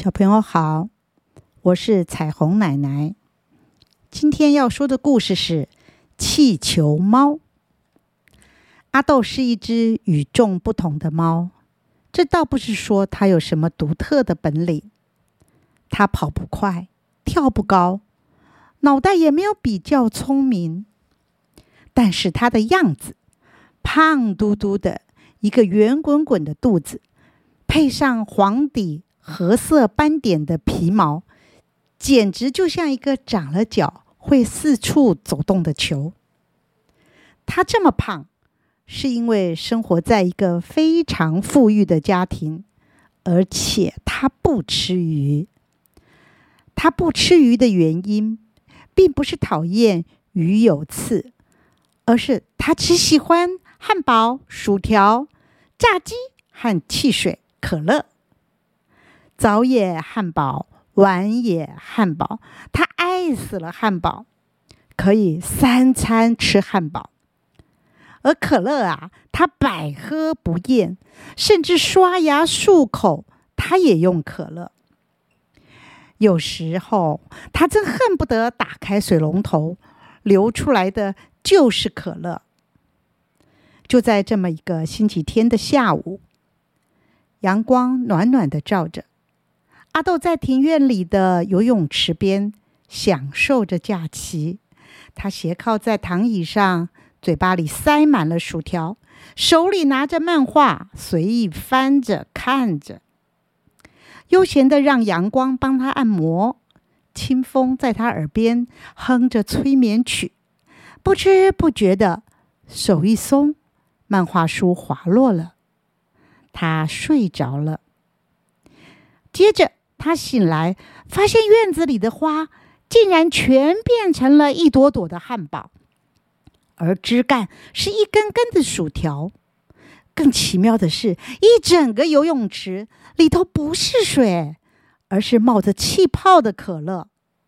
小朋友好，我是彩虹奶奶。今天要说的故事是气球猫。阿豆是一只与众不同的猫，这倒不是说它有什么独特的本领。它跑不快，跳不高，脑袋也没有比较聪明，但是它的样子，胖嘟嘟的一个圆滚滚的肚子，配上黄底褐色斑点的皮毛，简直就像一个长了脚会四处走动的球。它这么胖，是因为生活在一个非常富裕的家庭，而且它不吃鱼。它不吃鱼的原因，并不是讨厌鱼有刺，而是它只喜欢汉堡、薯条、炸鸡和汽水、可乐。早也汉堡，晚也汉堡，他爱死了汉堡，可以3餐吃汉堡。而可乐啊，他百喝不厌，甚至刷牙漱口，他也用可乐。有时候他真恨不得打开水龙头，流出来的就是可乐。就在这么一个星期天的下午，阳光暖暖的照着，阿豆在庭院里的游泳池边享受着假期。他斜靠在躺椅上，嘴巴里塞满了薯条，手里拿着漫画，随意翻着看着，悠闲的让阳光帮他按摩，清风在他耳边哼着催眠曲。不知不觉的，手一松，漫画书滑落了，他睡着了。接着他醒来，发现院子里的花竟然全变成了一朵朵的汉堡，而枝干是一根根的薯条。更奇妙的是，一整个游泳池里头不是水，而是冒着气泡的可乐。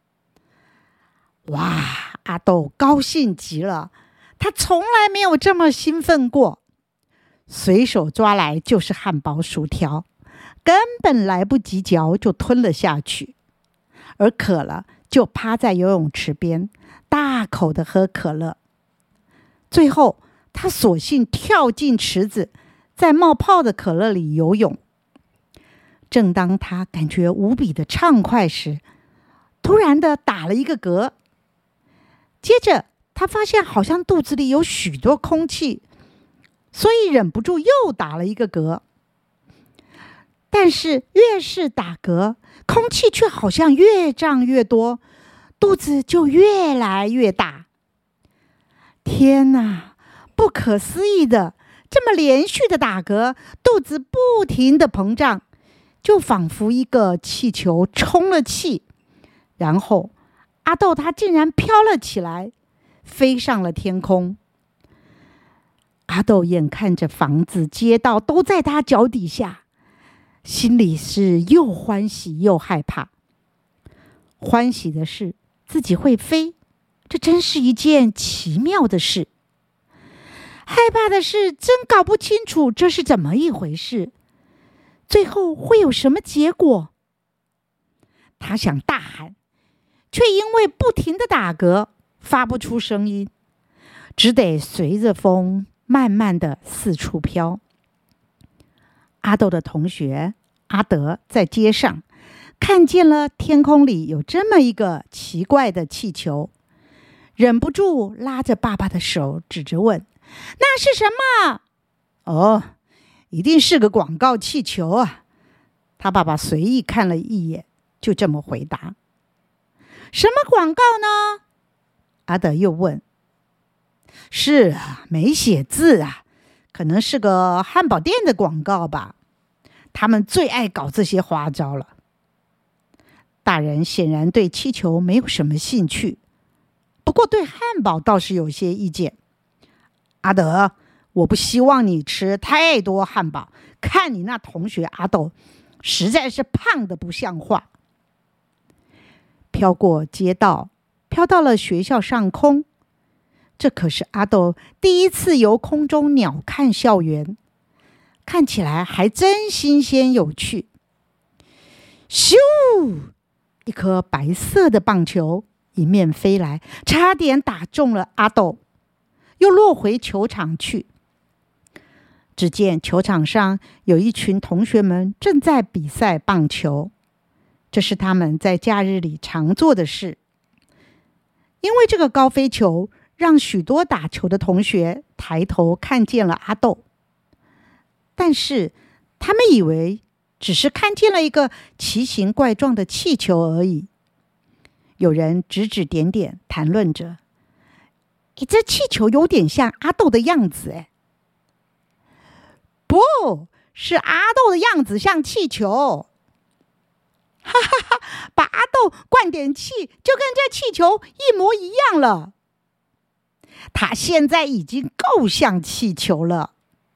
哇，阿豆高兴极了，他从来没有这么兴奋过。随手抓来就是汉堡、薯条，根本来不及嚼就吞了下去。而渴了就趴在游泳池边，大口的喝可乐。最后他索性跳进池子，在冒泡的可乐里游泳。正当他感觉无比的畅快时，突然的打了一个嗝。接着他发现好像肚子里有许多空气，所以忍不住又打了一个嗝。但是越是打嗝，空气却好像越胀越多，肚子就越来越大。天哪，不可思议的，这么连续的打嗝，肚子不停的膨胀，就仿佛一个气球充了气。然后阿豆他竟然飘了起来，飞上了天空。阿豆眼看着房子、街道都在他脚底下，心里是又欢喜又害怕。欢喜的是自己会飞，这真是一件奇妙的事。害怕的是真搞不清楚这是怎么一回事，最后会有什么结果。他想大喊，却因为不停的打嗝发不出声音，只得随着风慢慢的四处飘。阿豆的同学阿德在街上看见了天空里有这么一个奇怪的气球，忍不住拉着爸爸的手指着问：那是什么？哦，一定是个广告气球啊。他爸爸随意看了一眼，就这么回答。什么广告呢？阿德又问。是啊，没写字啊，可能是个汉堡店的广告吧。他们最爱搞这些花招了。大人显然对气球没有什么兴趣，不过对汉堡倒是有些意见。阿德，我不希望你吃太多汉堡，看你那同学阿豆实在是胖得不像话。飘过街道，飘到了学校上空，这可是阿豆第一次由空中鸟瞰校园，看起来还真新鲜有趣。咻一颗白色的棒球迎面飞来，差点打中了阿斗，又落回球场去。只见球场上有一群同学们正在比赛棒球，这是他们在假日里常做的事。因为这个高飞球，让许多打球的同学抬头看见了阿斗，但是他们以为只是看见了一个奇形怪状的气球而已。有人指指点点，谈论着：“这气球有点像阿斗的样子。”不是阿斗的样子像气球。哈哈哈！把阿斗灌点气，就跟这气球一模一样了。他现在已经够像气球了。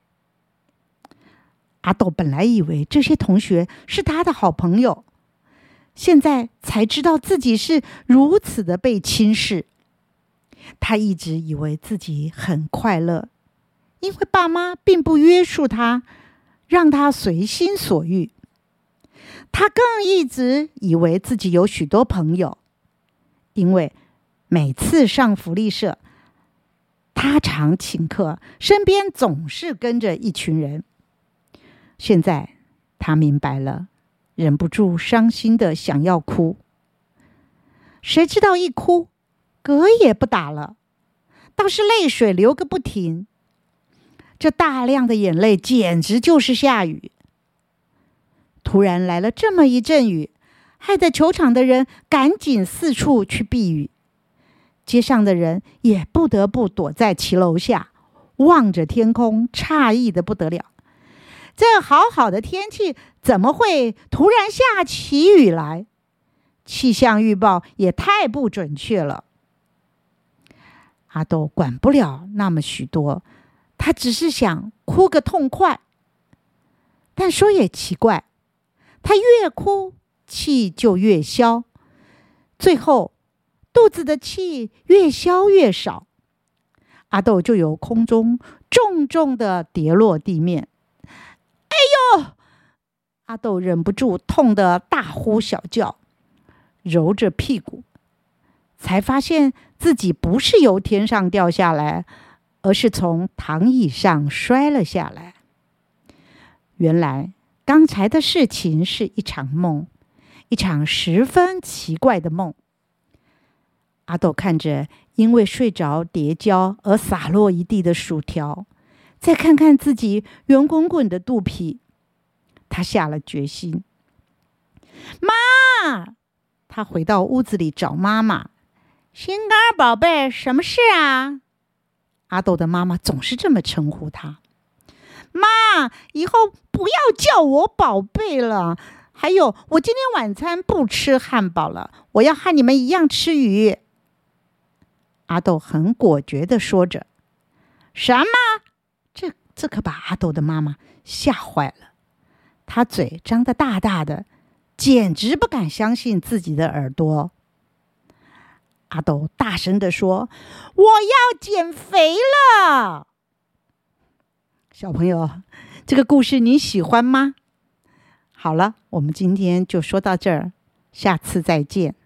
阿斗本来以为这些同学是他的好朋友，现在才知道自己是如此的被轻视。他一直以为自己很快乐，因为爸妈并不约束他，让他随心所欲。他更一直以为自己有许多朋友，因为每次上福利社，他常请客，身边总是跟着一群人。现在他明白了，忍不住伤心的想要哭。谁知道一哭，嗝也不打了，倒是泪水流个不停。这大量的眼泪简直就是下雨。突然来了这么一阵雨，害得球场的人赶紧四处去避雨，街上的人也不得不躲在骑楼下，望着天空，诧异的不得了。这好好的天气，怎么会突然下起雨来？气象预报也太不准确了。阿斗管不了那么许多，他只是想哭个痛快。但说也奇怪，他越哭气就越消，最后肚子的气越消越少，阿斗就由空中重重的跌落地面。哎呦！阿斗忍不住痛得大呼小叫，揉着屁股，才发现自己不是由天上掉下来，而是从躺椅上摔了下来。原来刚才的事情是一场梦，一场十分奇怪的梦。阿斗看着因为睡着跌跤而洒落一地的薯条，再看看自己圆滚滚的肚皮，他下了决心。妈！他回到屋子里找妈妈。心肝宝贝，什么事啊？阿斗的妈妈总是这么称呼他。妈，以后不要叫我宝贝了。还有，我今天晚餐不吃汉堡了，我要和你们一样吃鱼。阿斗很果决地说着。什么？这可把阿斗的妈妈吓坏了。她嘴张得大大的，简直不敢相信自己的耳朵。阿斗大声地说：“我要减肥了！”小朋友，这个故事你喜欢吗？好了，我们今天就说到这儿，下次再见。